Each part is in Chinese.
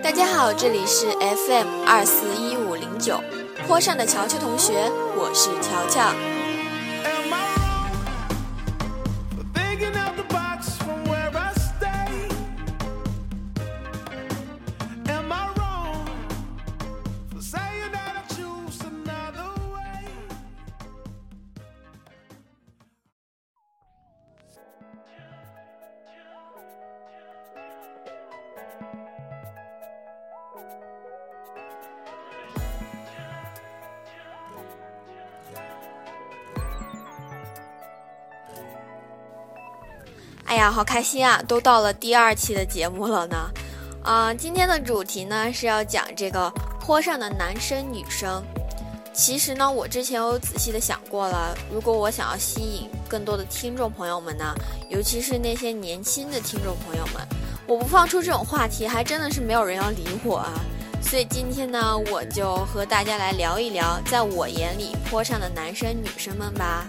大家好，这里是 FM241509 坡上的乔乔同学，我是乔乔。哎呀，好开心啊！都到了第2期的节目了呢。今天的主题呢是要讲这个坡上的男生女生。其实呢，我之前有仔细的想过了，如果我想要吸引更多的听众朋友们呢，尤其是那些年轻的听众朋友们，我不放出这种话题，还真的是没有人要理我啊。所以今天呢，我就和大家来聊一聊，在我眼里坡上的男生女生们吧。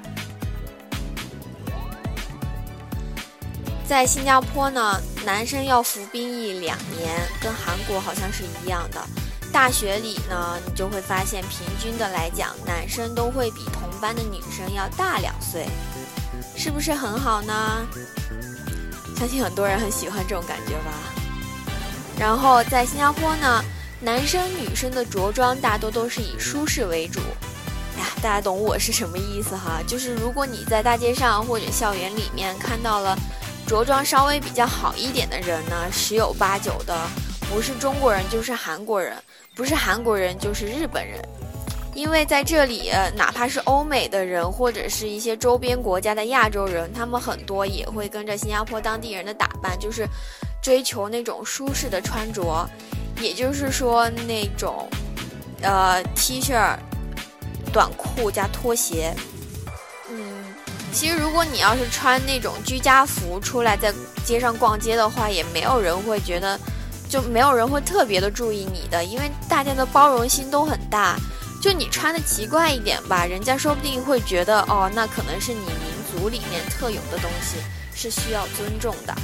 在新加坡呢，男生要服兵役2年，跟韩国好像是一样的。大学里呢，你就会发现平均的来讲，男生都会比同班的女生要大2岁，是不是很好呢？相信很多人很喜欢这种感觉吧。然后在新加坡呢，男生女生的着装大多都是以舒适为主。大家懂我是什么意思哈？就是如果你在大街上或者校园里面看到了着装稍微比较好一点的人呢，十有八九的不是中国人就是韩国人，不是韩国人就是日本人。因为在这里哪怕是欧美的人或者是一些周边国家的亚洲人，他们很多也会跟着新加坡当地人的打扮，就是追求那种舒适的穿着，也就是说那种T 恤短裤加拖鞋。其实如果你要是穿那种居家服出来在街上逛街的话，也没有人会觉得，就没有人会特别的注意你的，因为大家的包容心都很大。就你穿的奇怪一点吧，人家说不定会觉得那可能是你民族里面特有的东西，是需要尊重的。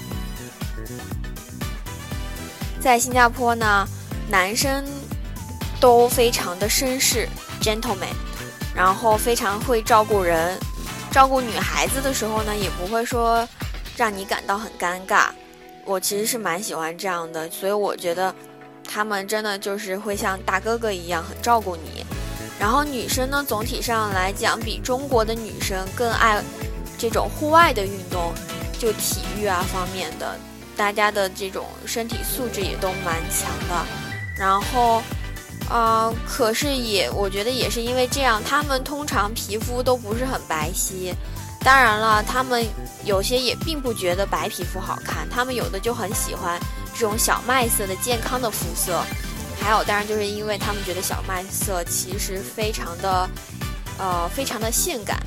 在新加坡呢，男生都非常的绅士 gentleman， 然后非常会照顾人，照顾女孩子的时候呢，也不会说让你感到很尴尬。我其实是蛮喜欢这样的，所以我觉得他们真的就是会像大哥哥一样很照顾你。然后女生呢，总体上来讲比中国的女生更爱这种户外的运动，就体育啊方面的，大家的这种身体素质也都蛮强的。然后可是我觉得也是因为这样，他们通常皮肤都不是很白皙。当然了，他们有些也并不觉得白皮肤好看，他们有的就很喜欢这种小麦色的健康的肤色。还有当然就是因为他们觉得小麦色其实非常的性感。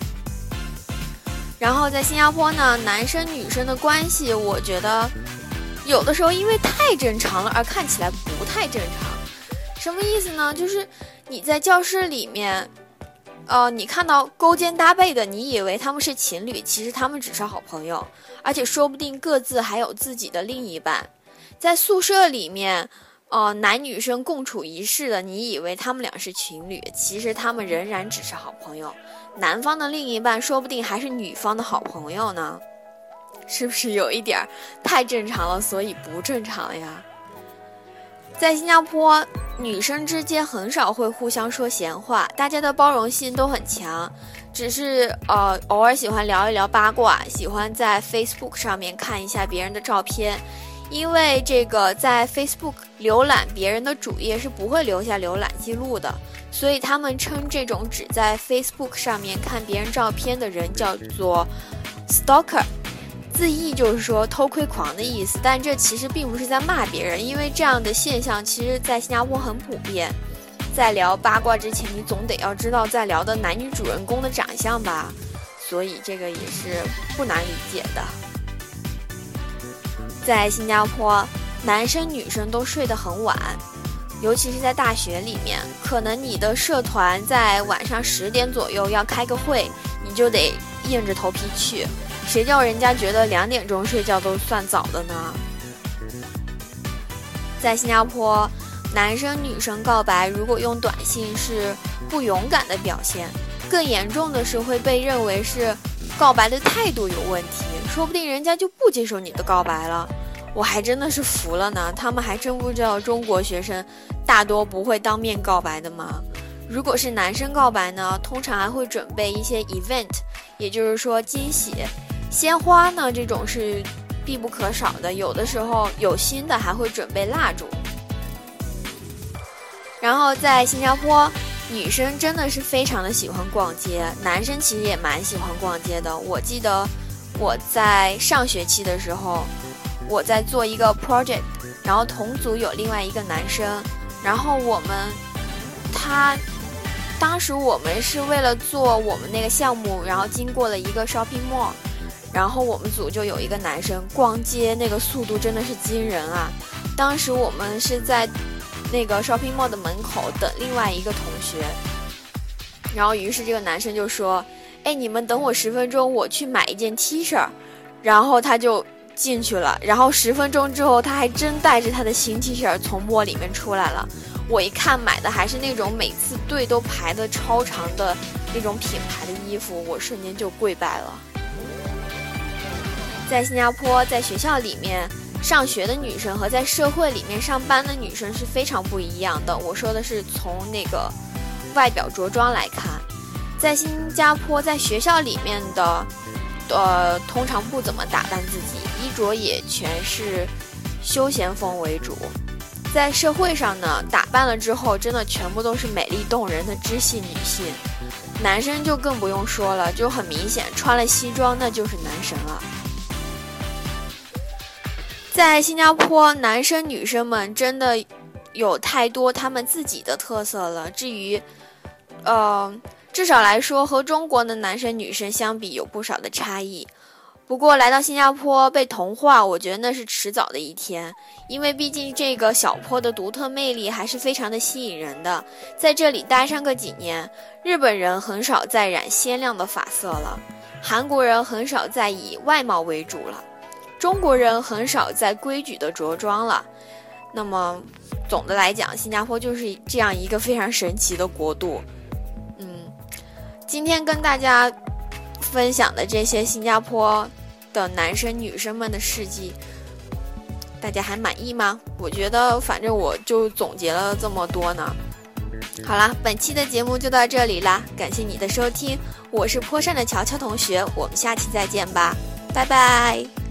然后在新加坡呢，男生女生的关系，我觉得有的时候因为太正常了而看起来不太正常。什么意思呢？就是你在教室里面你看到勾肩搭背的，你以为他们是情侣，其实他们只是好朋友，而且说不定各自还有自己的另一半。在宿舍里面男女生共处一室的，你以为他们俩是情侣，其实他们仍然只是好朋友。男方的另一半说不定还是女方的好朋友呢，是不是有一点太正常了，所以不正常呀？在新加坡，女生之间很少会互相说闲话，大家的包容性都很强，只是偶尔喜欢聊一聊八卦，喜欢在 Facebook 上面看一下别人的照片。因为这个在 Facebook 浏览别人的主页是不会留下浏览记录的，所以他们称这种只在 Facebook 上面看别人照片的人叫做 stalker， 字义就是说偷窥狂的意思，但这其实并不是在骂别人，因为这样的现象其实在新加坡很普遍。在聊八卦之前，你总得要知道在聊的男女主人公的长相吧，所以这个也是不难理解的。在新加坡，男生女生都睡得很晚，尤其是在大学里面，可能你的社团在晚上10点左右要开个会，你就得硬着头皮去，谁叫人家觉得2点钟睡觉都算早的呢？ 在新加坡，男生女生告白如果用短信是不勇敢的表现，更严重的是会被认为是告白的态度有问题，说不定人家就不接受你的告白了。我还真的是服了呢，他们还真不知道中国学生大多不会当面告白的吗？如果是男生告白呢，通常还会准备一些 event， 也就是说惊喜，鲜花呢这种是必不可少的，有的时候有心的还会准备蜡烛。然后在新加坡，女生真的是非常的喜欢逛街，男生其实也蛮喜欢逛街的。我记得我在上学期的时候，我在做一个 project， 然后同组有另外一个男生，然后当时我们是为了做我们那个项目，然后经过了一个 shopping mall， 然后我们组就有一个男生逛街，那个速度真的是惊人啊！当时我们是在那个 shopping mall 的门口等另外一个同学，然后于是这个男生就说：“哎，你们等我10分钟，我去买一件 T 恤。”然后他就进去了，然后10分钟之后，他还真带着他的新 T 恤从mall里面出来了。我一看买的还是那种每次队都排的超长的那种品牌的衣服，我瞬间就跪拜了。在新加坡，在学校里面上学的女生和在社会里面上班的女生是非常不一样的。我说的是从那个外表着装来看，在新加坡在学校里面的通常不怎么打扮自己，衣着也全是休闲风为主。在社会上呢，打扮了之后真的全部都是美丽动人的知性女性，男生就更不用说了，就很明显穿了西装那就是男神了。在新加坡，男生女生们真的有太多他们自己的特色了，至于至少来说和中国的男生女生相比有不少的差异。不过来到新加坡被同化，我觉得那是迟早的一天，因为毕竟这个小坡的独特魅力还是非常的吸引人的。在这里待上个几年，日本人很少再染鲜亮的发色了，韩国人很少再以外貌为主了，中国人很少再规矩的着装了。那么总的来讲，新加坡就是这样一个非常神奇的国度。今天跟大家分享的这些新加坡的男生女生们的事迹，大家还满意吗？我觉得反正我就总结了这么多呢。好啦，本期的节目就到这里啦，感谢你的收听，我是坡上的乔乔同学，我们下期再见吧，拜拜。